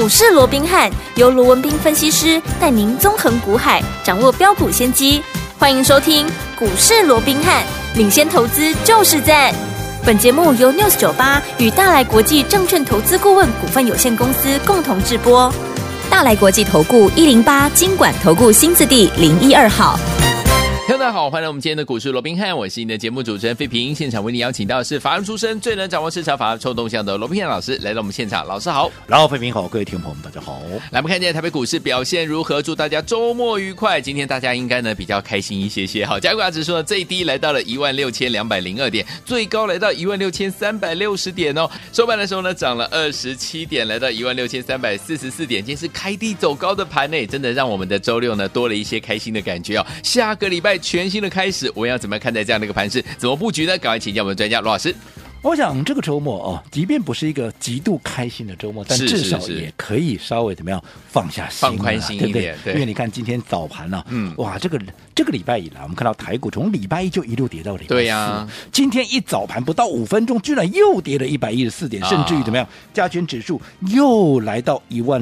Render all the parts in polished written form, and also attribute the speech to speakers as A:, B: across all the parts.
A: 股市罗宾汉由罗文彬分析师带您纵横股海，掌握标股先机。欢迎收听股市罗宾汉，领先投资就是赞。本节目由 News98 与大来国际证券投资顾问股份有限公司共同制播。大来国际投顾108金管投顾新字第012号。
B: 大家好，欢迎来我们今天的股市罗宾汉，我是你的节目主持人费平。现场为你邀请到的是法人出身、最能掌握市场法人臭动向的罗宾汉老师来到我们现场。老师好。
C: 然后费平好，各位听众朋友们大家好。
B: 来，我们看今天台北股市表现如何？祝大家周末愉快。今天大家应该呢比较开心一些。好，加权指数呢最低来到了16202点，最高来到16360点哦。收盘的时候呢涨了27点，来到16344点。今天是开低走高的盘呢，真的让我们的周六呢多了一些开心的感觉哦。下个礼拜全新的开始，我们要怎么看待这样的一个盘势？怎么布局呢？赶快请教我们的专家罗老师。
C: 我想这个周末即便不是一个极度开心的周末，但至少也可以稍微怎么样放下心，
B: 放宽心一点，
C: 对不对？因为你看今天早盘哇，这个礼拜以来，我们看到台股从礼拜一就一路跌到礼拜四，
B: 对呀，
C: 今天一早盘不到5分钟，居然又跌了114点，甚至于怎么样，加权指数又来到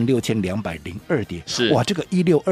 C: 16202点，
B: 是
C: 哇，这个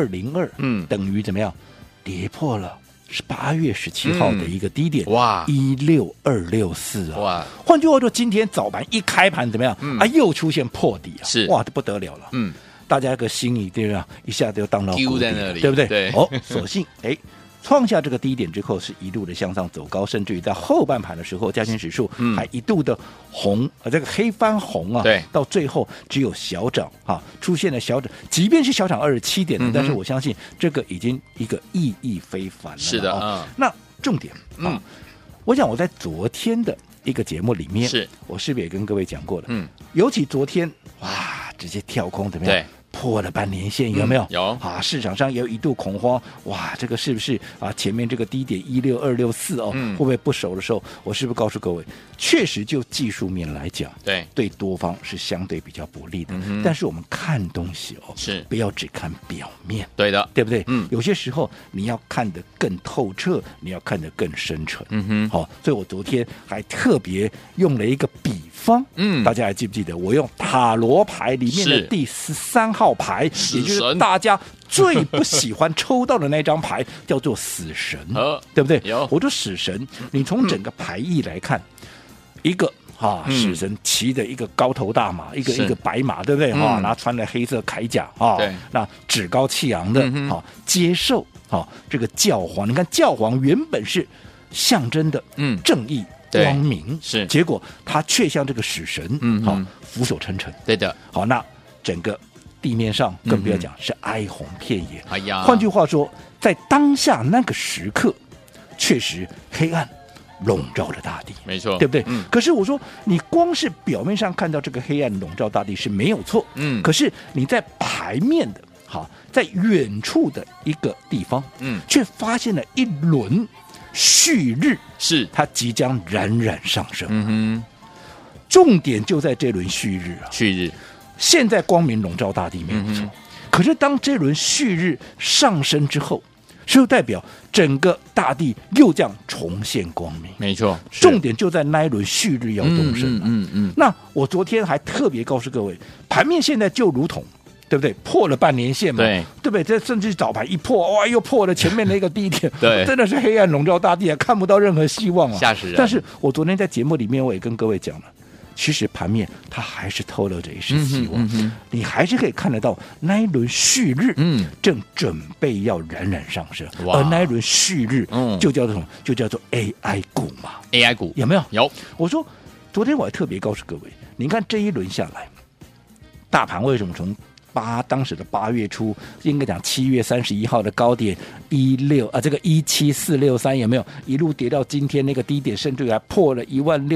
C: 16202，等于怎么样，跌破了8月17号的一个低点，
B: 哇
C: 16264啊！
B: 哇，
C: 换句话说，今天早盘一开盘怎么样？又出现破底啊！
B: 是
C: 哇，这不得了了！大家个心里对吧？一下就荡到谷底
B: 在那里，
C: 对不对？
B: 对，
C: 所幸创下这个低点之后，是一路的向上走高，甚至于在后半盘的时候，加权指数还一度的红，这个黑翻红啊，
B: 对，
C: 到最后只有小涨出现了小涨，即便是小涨27点但是我相信这个已经一个意义非凡了。
B: 是的，
C: 那重点我想我在昨天的一个节目里面，我是不是也跟各位讲过了？尤其昨天哇，直接跳空怎么样？对，破了半年线，有没有？
B: 有
C: 市场上也有一度恐慌，哇，这个是不是前面这个低点16264会不会不守的时候，我是不是告诉各位，确实就技术面来讲，对多方是相对比较不利的。但是我们看东西
B: 是
C: 不要只看表面，
B: 对的，
C: 对不对？有些时候你要看得更透彻，你要看得更深沉。所以我昨天还特别用了一个比方，大家还记不记得？我用塔罗牌里面的第13号牌，也就是大家最不喜欢抽到的那张牌，叫做死神，对不对？我说死神，你从整个牌意来看，一个死神骑着一个高头大马，一个白马，对不对？然后穿了黑色铠甲那趾高气扬的接受这个教皇。你看教皇原本是象征的正义光明，是结果他却像这个死神俯首称臣。
B: 对的，
C: 好，那整个地面上更不要讲是哀鸿遍野。
B: 哎呀，
C: 换句话说，在当下那个时刻，确实黑暗笼罩着大地，
B: 没错，
C: 对不对？可是我说，你光是表面上看到这个黑暗笼罩大地是没有错，可是你在牌面的在远处的一个地方，却发现了一轮旭日，是它即将冉冉上升。重点就在这轮旭日
B: 旭日。
C: 现在光明笼罩大地没有错，可是当这轮旭日上升之后，是不是代表整个大地又这样重现光明？
B: 没错，
C: 重点就在那一轮旭日要东升。那我昨天还特别告诉各位，盘面现在就如同，对不对？破了半年线嘛，对不对？这甚至早盘一破，哇，又破了前面的一个低点，对，真的是黑暗笼罩大地看不到任何希望
B: 吓死人。
C: 但是我昨天在节目里面我也跟各位讲了。其实盘面它还是透露着一丝希望，你还是可以看得到那一轮旭日，正准备要冉冉上升，而那一轮旭日，就叫做什么？就叫做 AI 股嘛。
B: AI 股
C: 有没有？
B: 有。
C: 我说昨天我还特别告诉各位，你看这一轮下来，大盘为什么从当时的8月初，应该讲7月31号的高点这个17463有没有一路跌到今天那个低点，甚至还破了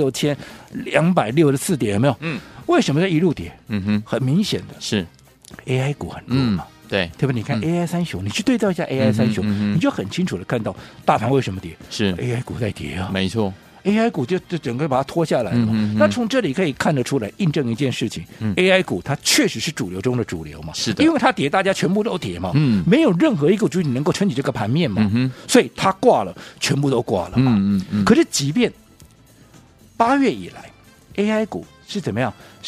C: 16264点，有没有？为什么在一路跌？很明显的是 AI 股很弱嘛，
B: 对
C: 吧？你看 AI 三雄，你去对照一下 AI 三雄，你就很清楚的看到大盘为什么跌，是 AI 股在跌啊，
B: 没错。
C: AI 股就整个把它拖下来了嘛。那从这里可以看得出来，印证一件事情，AI 股它确实是主流中的主流嘛。是的，因为它跌，大家全部都跌嘛。没有任何一个主体能够撑起这个盘面嘛。所以它挂了，全部都挂了嘛。可是即便8月以来，AI 股是怎么样？是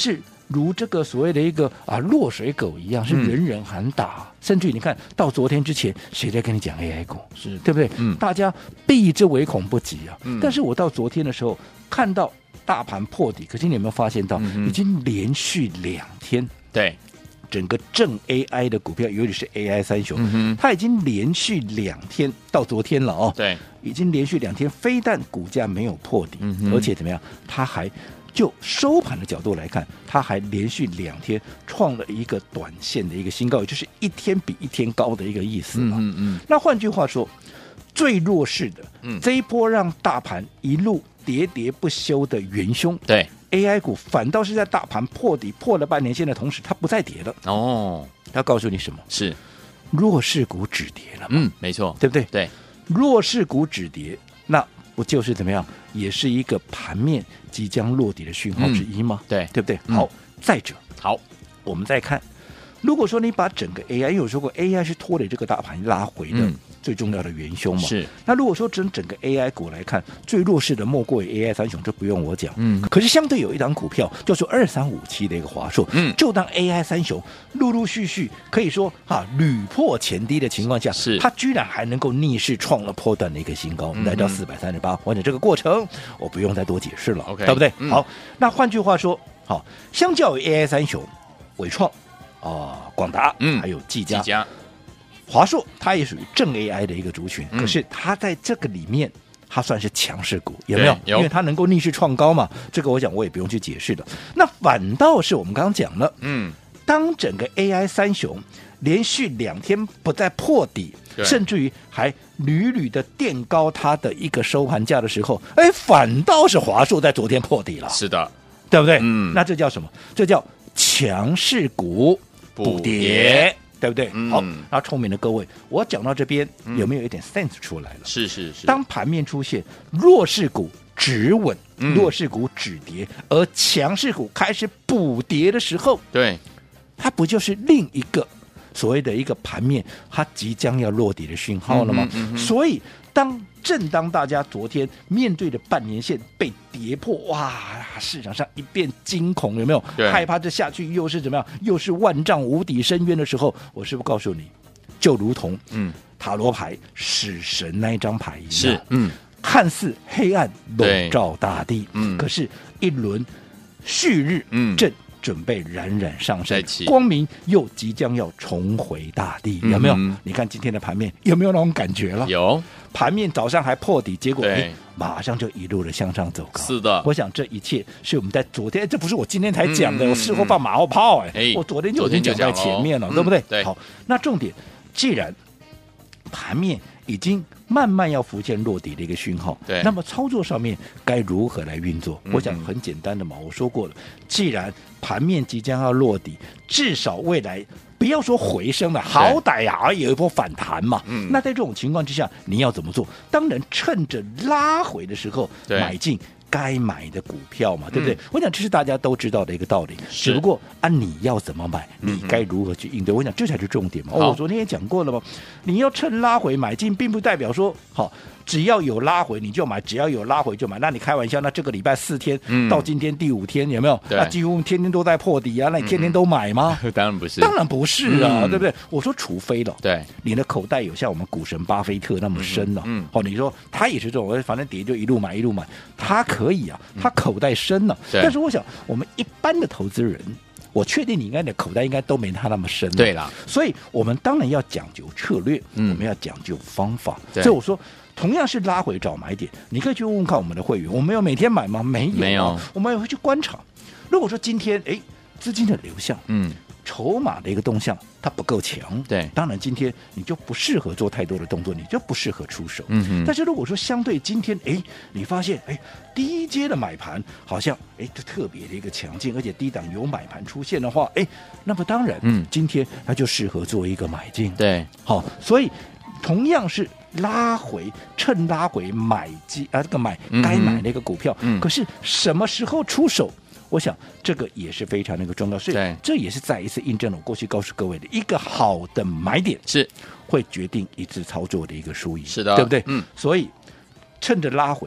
C: 如这个所谓的一个落水狗一样，是人人喊打。甚至于你看到昨天之前，谁在跟你讲 AI 股，
B: 是
C: 对不对？大家避之唯恐不及啊。但是我到昨天的时候看到大盘破底，可是你有没有发现到，已经连续2天，
B: 对，
C: 整个正 AI 的股票，尤其是 AI 三雄，它已经连续2天到昨天了哦，
B: 对，
C: 已经连续2天，非但股价没有破底，而且怎么样，它还就收盘的角度来看，它还连续2天创了一个短线的一个新高，也就是一天比一天高的一个意思了。那换句话说，最弱势的，这一波让大盘一路喋喋不休的元凶，
B: 对
C: AI 股反倒是在大盘破底破了半年线的同时，它不再跌了。哦，它告诉你什么？
B: 是
C: 弱势股止跌了嘛？
B: 没错，
C: 对不对？
B: 对，
C: 弱势股止跌，那不就是怎么样？也是一个盘面即将落底的讯号之一吗？
B: 对，
C: 对不对？好，再者，
B: 好，
C: 我们再看，如果说你把整个 AI， 有说过 AI 是拖累这个大盘拉回的最重要的元凶嘛？
B: 是。
C: 那如果说整个 AI 股来看，最弱势的莫过于 AI 三雄，这不用我讲。可是相对有一档股票叫做2357的一个华硕，就当 AI 三雄陆陆续续可以说屡破前低的情况下，
B: 是
C: 它居然还能够逆势创了波段的一个新高，来到438。我讲这个过程，我不用再多解释了，
B: OK，
C: 对不对？好，那换句话说，好，相较于 AI 三雄，伟创广达，还有技嘉。华硕它也属于正 AI 的一个族群，可是它在这个里面，它算是强势股，有没有？因为它能够逆势创高嘛，这个我想我也不用去解释的。那反倒是我们刚刚讲了，当整个 AI 三雄连续2天不再破底，甚至于还屡屡的垫高它的一个收盘价的时候，反倒是华硕在昨天破底了，
B: 是的，
C: 对不对？那这叫什么？这叫强势股补跌。对不对？好，那聪明的各位，我讲到这边有没有一点 sense 出来了？
B: 是。
C: 当盘面出现弱势股止稳，弱势股止跌，而强势股开始补跌的时候，
B: 对，
C: 它不就是另一个所谓的一个盘面它即将要落底的讯号了吗？所以正当大家昨天面对的半年线被跌破，哇，市场上一片惊恐，有没有？害怕这下去又是怎么样？又是万丈无底深渊的时候，我是不是告诉你，就如同塔罗牌死神那一张牌一样，
B: 是
C: 看似黑暗笼罩大地，可是一轮旭日正准备冉冉上升，光明又即将要重回大地，有没有？你看今天的盘面有没有那种感觉了？
B: 有，
C: 盘面早上还破底，结果马上就一路的向上走高。
B: 是的，
C: 我想这一切是我们在昨天，这不是我今天才讲的，我事后放马后炮，我昨天就已经讲在前面了，对不对？
B: 对。
C: 好，那重点，既然盘面已经慢慢要浮现落底的一个讯号，
B: 对，
C: 那么操作上面该如何来运作？我想很简单的嘛，我说过了，既然盘面即将要落底，至少未来不要说回升了，好歹有一波反弹嘛。那在这种情况之下，你要怎么做？当然趁着拉回的时候买进该买的股票嘛，对不对？我想这是大家都知道的一个道理，只不过你要怎么买，你该如何去应对？我想这才是重点嘛。我昨天也讲过了嘛，你要趁拉回买进，并不代表说好。只要有拉回你就买，只要有拉回就买。那你开玩笑，那这个礼拜4天到今天第5天，有没有？那几乎天天都在破底啊，那你天天都买吗？
B: 当然不是，
C: 当然不是啊，对不对？我说除非了，
B: 对，
C: 你的口袋有像我们股神巴菲特那么深了，你说他也是这种，反正跌就一路买一路买，他可以啊，他口袋深了。但是我想，我们一般的投资人。我确定你应该的口袋应该都没他那么深，
B: 对啦，
C: 所以我们当然要讲究策略，我们要讲究方法。所以我说，同样是拉回找买点，你可以去问问看我们的会员，我们有每天买吗？没有，我们也会去观察。如果说今天资金的流向，筹码的一个动向它不够强，
B: 对，
C: 当然今天你就不适合做太多的动作，你就不适合出手。但是如果说相对今天，你发现第一阶的买盘好像就特别的一个强劲，而且低档有买盘出现的话，那么当然，今天它就适合做一个买进。
B: 对，
C: 好，所以同样是拉回，趁拉回买该买那个股票，可是什么时候出手？我想这个也是非常那个重要，所以这也是再一次印证了我过去告诉各位的一个好的买点
B: 是会
C: 决定一次操作的一个输赢，
B: 是的，
C: 对不对？所以趁着拉回，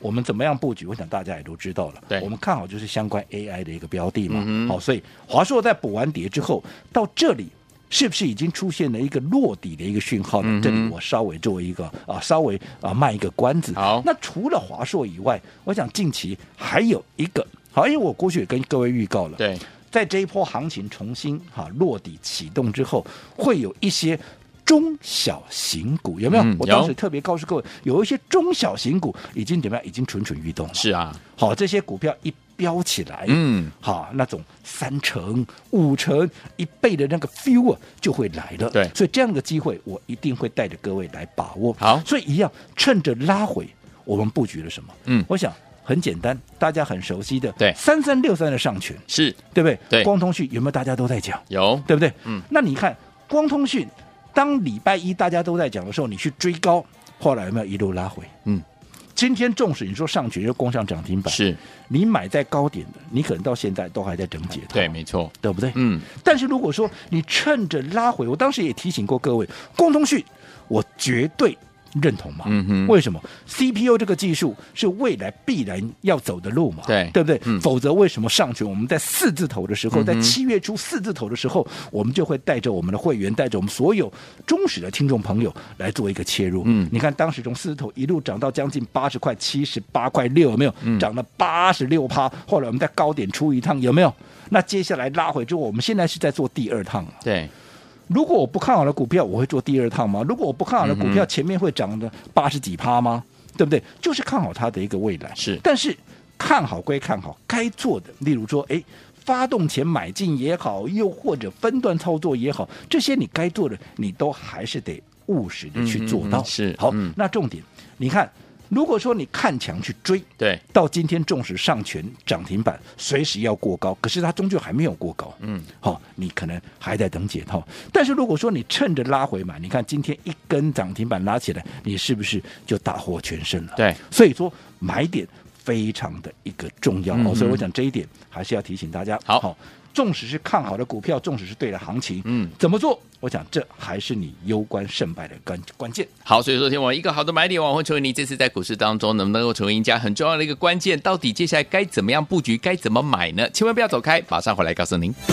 C: 我们怎么样布局？我想大家也都知道了。
B: 对，
C: 我们看好就是相关 AI 的一个标的嘛。好，所以华硕在补完跌之后，到这里是不是已经出现了一个落底的一个讯号呢？这里我稍微做一个卖一个关子。
B: 好，
C: 那除了华硕以外，我想近期还有一个好，因为我过去也跟各位预告了，
B: 对，
C: 在这一波行情重新落底启动之后，会有一些中小型股，有没有？我当时特别告诉各位，有一些中小型股已经怎么样？已经蠢蠢欲动了。
B: 是啊，
C: 好，这些股票一飙起来，好，那种3成、5成、1倍的那个 feel 就会来了。
B: 对，
C: 所以这样的机会，我一定会带着各位来把握。
B: 好，
C: 所以一样，趁着拉回，我们布局了什么？我想很简单，大家很熟悉的，
B: 对
C: ，3363的上权，
B: 是
C: 对不对？
B: 对，
C: 光通讯有没有大家都在讲？
B: 有，
C: 对不对？那你看光通讯。当礼拜一大家都在讲的时候，你去追高，后来有没有一路拉回？今天纵使你说上权又攻上涨停板，
B: 是
C: 你买在高点的，你可能到现在都还在等解套，
B: 对，没错，
C: 对不对？但是如果说你趁着拉回，我当时也提醒过各位，光通讯我绝对认同嘛？为什么 CPU 这个技术是未来必然要走的路嘛？对不对？否则为什么上权我们在4字头的时候，在7月初4字头的时候，我们就会带着我们的会员，带着我们所有忠实的听众朋友来做一个切入。你看当时从4字头一路涨到将近80块、78块6，有没有？涨了86%。后来我们在高点出一趟，有没有？那接下来拉回之后，我们现在是在做第2趟。
B: 对。
C: 如果我不看好的股票，我会做第2趟吗？如果我不看好的股票，前面会涨的80几%吗？对不对？就是看好它的一个未来。
B: 是，
C: 但是看好归看好，该做的，例如说，发动前买进也好，又或者分段操作也好，这些你该做的，你都还是得务实的去做到。
B: 是，
C: 好，那重点，你看。如果说你看强去追，
B: 对，
C: 到今天纵使上权涨停板随时要过高，可是它终究还没有过高，你可能还在等解套。但是如果说你趁着拉回买，你看今天一根涨停板拉起来，你是不是就大获全胜了？
B: 对，
C: 所以说买点非常的一个重要，所以我讲这一点还是要提醒大家。好。纵使是看好的股票，纵使是对的行情，怎么做？我想这还是你攸关胜败的关键。
B: 好，所以说，听我一个好的买点，往往会成为你这次在股市当中能不能够成为赢家很重要的一个关键。到底接下来该怎么样布局，该怎么买呢？千万不要走开，马上回来告诉您。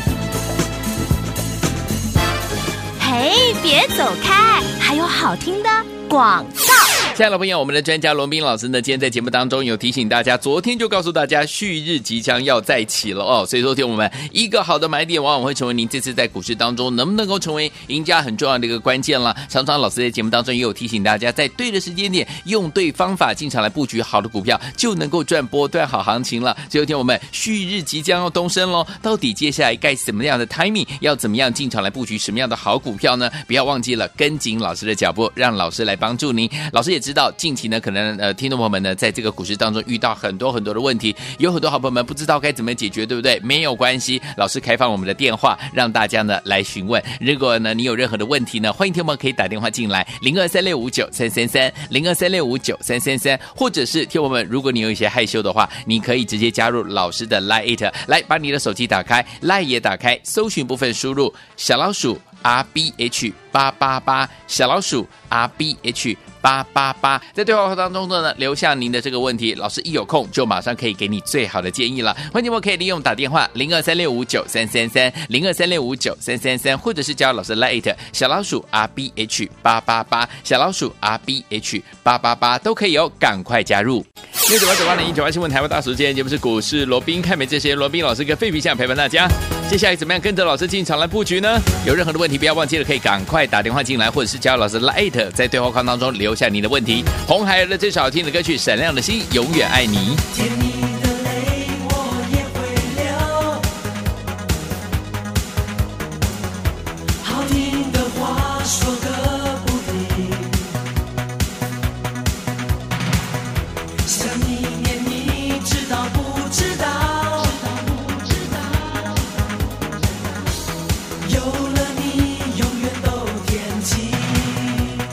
A: 嘿，别走开，还有好听的广告。
B: 亲爱的朋友，我们的专家罗宾老师呢，今天在节目当中有提醒大家，昨天就告诉大家旭日即将要再起了哦，所以说听我们一个好的买点，往往会成为您这次在股市当中能不能够成为赢家很重要的一个关键了。常常老师在节目当中也有提醒大家，在对的时间点，用对方法进场来布局好的股票，就能够赚波段好行情了。所以听我们旭日即将要东升咯，到底接下来该什么样的 timing， 要怎么样进场来布局什么样的好股票呢？不要忘记了跟紧老师的脚步，让老师来帮助您。老师也知道近期呢，可能听众朋友们呢，在这个股市当中遇到很多的问题，有很多好朋友们不知道该怎么解决，对不对？没有关系，老师开放我们的电话，让大家呢来询问。如果呢你有任何的问题呢，欢迎听众朋友可以打电话进来0236593333 0236593333，或者是听众朋友们，如果你有一些害羞的话，你可以直接加入老师的 LINE， 来把你的手机打开 ，LINE 也打开，搜寻部分输入小老鼠RBH888，小老鼠RBH888，在对话当中呢，留下您的这个问题，老师一有空就马上可以给你最好的建议了。欢迎你们可以利用打电话0236593333 0236593333，或者是加老师 LINE 小老鼠RBH888，小老鼠RBH888都可以哦，赶快加入。6980198新闻台湾大时间节目是股市罗宾看美这些，罗宾老师跟废皮相陪伴大家。接下来怎么样跟着老师进场来布局呢？有任何的问题不要忘记了，可以赶快打电话进来，或者是加入老师 LINE， 在对话框当中留下你的问题。红孩儿的这首好听的歌曲《闪亮的心》，永远爱你。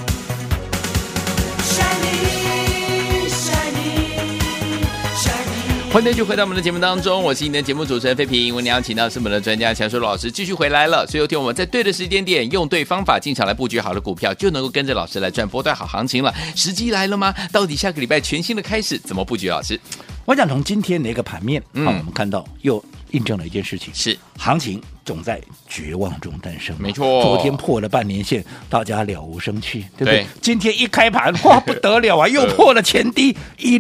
D: Shining, shining, shining.
B: 欢迎继续回到我们的节目当中，我是你的节目主持人费平。我们邀请到是我们的专家强叔老师继续回来了，所以有天我们在对的时间点，用对方法进场来布局好的股票，就能够跟着老师来赚波段好行情了。时机来了吗？到底下个礼拜全新的开始怎么布局？老师，
C: 我想从今天的一个盘面，我们看到又印证了一件事情，
B: 是
C: 行情总在绝望中诞生。
B: 没错，
C: 昨天破了半年线，大家了无生趣，对不对？
B: 对，
C: 今天一开盘，哇，不得了啊，又破了前低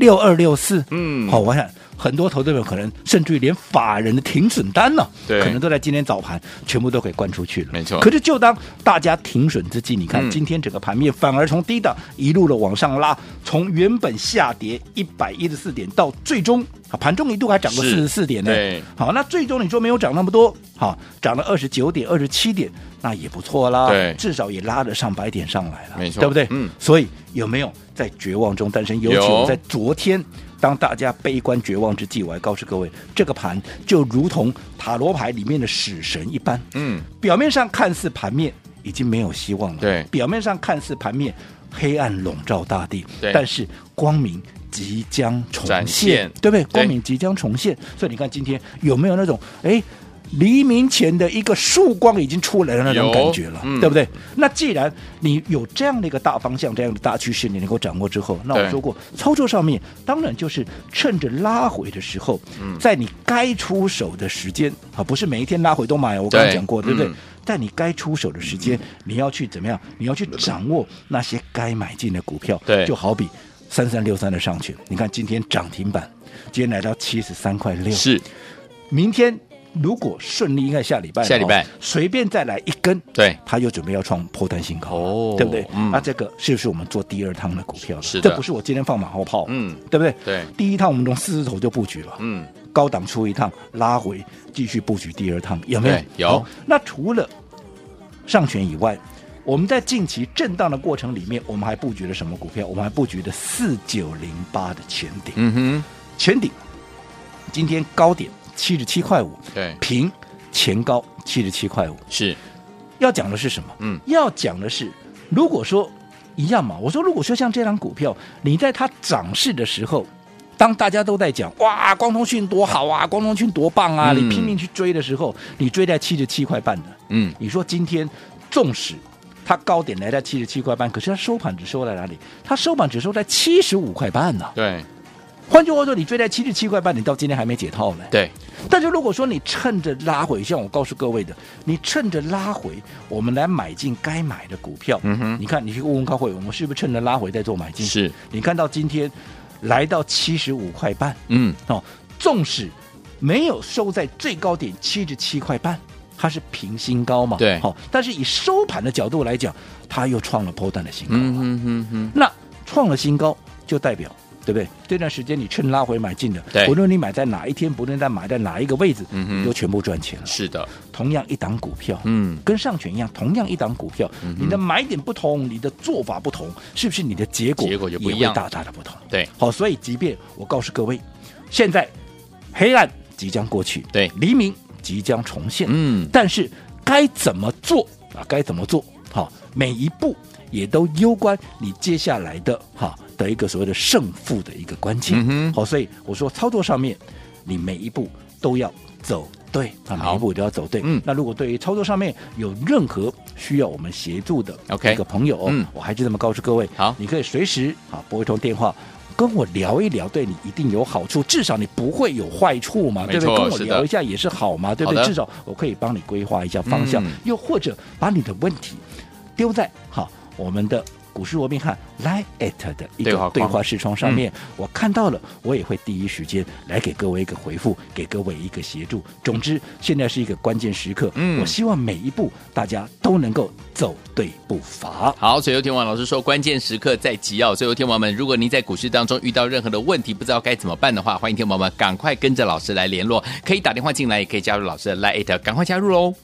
C: 16264。好，我想很多投资者可能甚至于连法人的停损单呢，
B: 对，
C: 可能都在今天早盘全部都给灌出去了。
B: 没错。
C: 可是就当大家停损之际，你看今天整个盘面反而从低档一路的往上拉，从原本下跌114点到最终盘中一度还涨过44点呢。
B: 对，
C: 好，那最终你说没有涨那么多，好，涨了29点、27点，那也不错啦。
B: 对，
C: 至少也拉了上100点上来了，
B: 没错，
C: 对不对？所以有没有在绝望中诞生？尤其我在昨天。当大家悲观绝望之际，我还告诉各位，这个盘就如同塔罗牌里面的死神一般，表面上看似盘面已经没有希望了，
B: 对，
C: 表面上看似盘面黑暗笼罩大地，但是光明即将重现，对不对？光明即将重现，所以你看今天有没有那种黎明前的一个曙光已经出来了那种感觉了，对不对？那既然你有这样的一个大方向，这样的大趋势，你能够掌握之后，那我说过，操作上面当然就是趁着拉回的时候，在你该出手的时间啊，不是每一天拉回都买，我刚刚讲过，对不对？在你该出手的时间，你要去怎么样？你要去掌握那些该买进的股票，
B: 对，
C: 就好比3363的上去，你看今天涨停板，今天来到73.6块，是，明天。如果顺利，应该下礼拜随便再来一根，
B: 对，
C: 他又准备要创波段新高，对不对？那这个是不是我们做第二趟的股票？
B: 是的，
C: 这不是我今天放马后炮，对不对？
B: 对，
C: 第一趟我们从40头就布局了，高档出一趟，拉回继续布局第二趟，有没有？
B: 有。
C: 那除了上权以外，我们在近期震荡的过程里面，我们还布局了什么股票？我们还布局了4908的前顶，前顶今天高点77.5块，
B: 对，
C: 平前高77.5块，是要讲的是什么？要讲的是，如果说一样嘛，我说如果说像这张股票，你在它涨势的时候，当大家都在讲哇，光通讯多好啊，光通讯多棒啊，你拼命去追的时候，你追在77.5块的，你说今天纵使它高点来在77.5块，可是它收盘只收在哪里？它收盘只收在75.5块呢。
B: 对。
C: 换句话说，你追在77.5块，你到今天还没解套呢。
B: 对。
C: 但是如果说你趁着拉回，像我告诉各位的，你趁着拉回，我们来买进该买的股票。你看，你去问问高慧，我们是不是趁着拉回在做买进？
B: 是。
C: 你看到今天来到75.5块，纵使没有收在最高点77.5块，它是平新高嘛？
B: 对。
C: 但是以收盘的角度来讲，它又创了波段的新高。那创了新高，就代表。对不对？这段时间你趁拉回买进的，不论你买在哪一天，不论在买在哪一个位置，你都全部赚钱了。
B: 是的，
C: 同样一档股票，跟上权一样，同样一档股票，你的买点不同，你的做法不同，是不是你的结果
B: 就不一样，
C: 大大的不同？
B: 对，
C: 好，所以即便我告诉各位，现在黑暗即将过去，
B: 对，
C: 黎明即将重现，但是该怎么做啊？该怎么做？好，每一步也都攸关你接下来的的一个所谓的胜负的一个关键。好，所以我说操作上面，你每一步都要走对每一步都要走对。那如果对于操作上面有任何需要我们协助的一个朋友，我还是这么告诉各位，好，你可以随时拨一通电话。跟我聊一聊，对你一定有好处，至少你不会有坏处嘛，对不对？跟我聊一下也是好嘛，对不对？至少我可以帮你规划一下方向，又或者把你的问题丢在我们的股市罗宾汉 Line@ 的一个对话视窗上面，我看到了，我也会第一时间来给各位一个回复，给各位一个协助。总之，现在是一个关键时刻，我希望每一步大家都能够走对步伐。
B: 好，所以有天王老师说，关键时刻在即哦。所以有天王们，如果您在股市当中遇到任何的问题，不知道该怎么办的话，欢迎天王们赶快跟着老师来联络，可以打电话进来，也可以加入老师的 Line@， 赶快加入喽。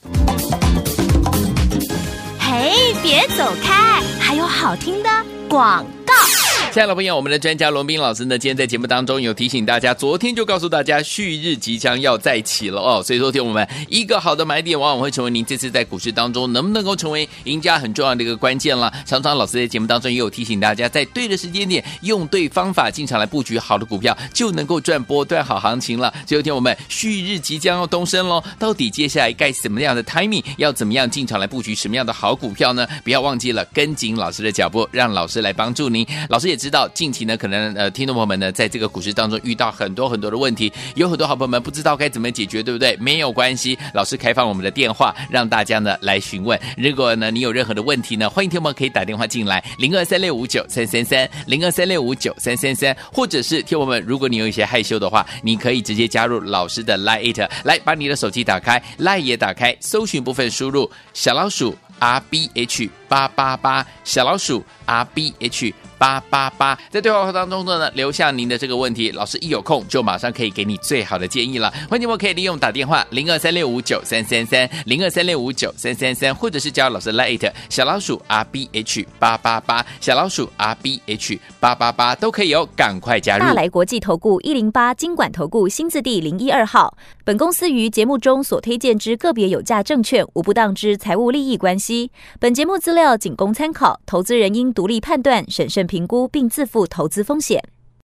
A: 嘿，别走开，还有好听的广告。
B: 亲爱的朋友，我们的专家罗宾老师呢，今天在节目当中有提醒大家，昨天就告诉大家旭日即将要再起了哦，所以说听我们一个好的买点，往往会成为您这次在股市当中能不能够成为赢家很重要的一个关键了。常常老师在节目当中也有提醒大家，在对的时间点，用对方法进场来布局好的股票，就能够赚波段好行情了。最后听我们旭日即将要东升咯，到底接下来该什么样的 timing， 要怎么样进场来布局什么样的好股票呢？不要忘记了跟紧老师的脚步，让老师来帮助您。老师也知道近期呢，可能听众朋友们呢，在这个股市当中遇到很多的问题，有很多好朋友们不知道该怎么解决，对不对？没有关系，老师开放我们的电话，让大家呢来询问。如果呢你有任何的问题呢，欢迎听众朋友可以打电话进来，0236593333 0236593333，或者是听众朋友们，如果你有一些害羞的话，你可以直接加入老师的 Line， 来把你的手机打开 ，Line 也打开，搜寻部分输入小老鼠RBH888，小老鼠RBH888，在对话当中呢，留下您的这个问题，老师一有空就马上可以给你最好的建议了。欢迎你们可以利用打电话0236593333 0236593333，或者是加入老师 Line 小老鼠RBH888，小老鼠RBH888都可以哦，赶快加入。
A: 大来国际投顾108金管投顾新字第012号，本公司于节目中所推荐之个别有价证券，无不当之财务利益关系。本节目资料仅供参考，投资人应独立判断、审慎评估，并自负投资风险。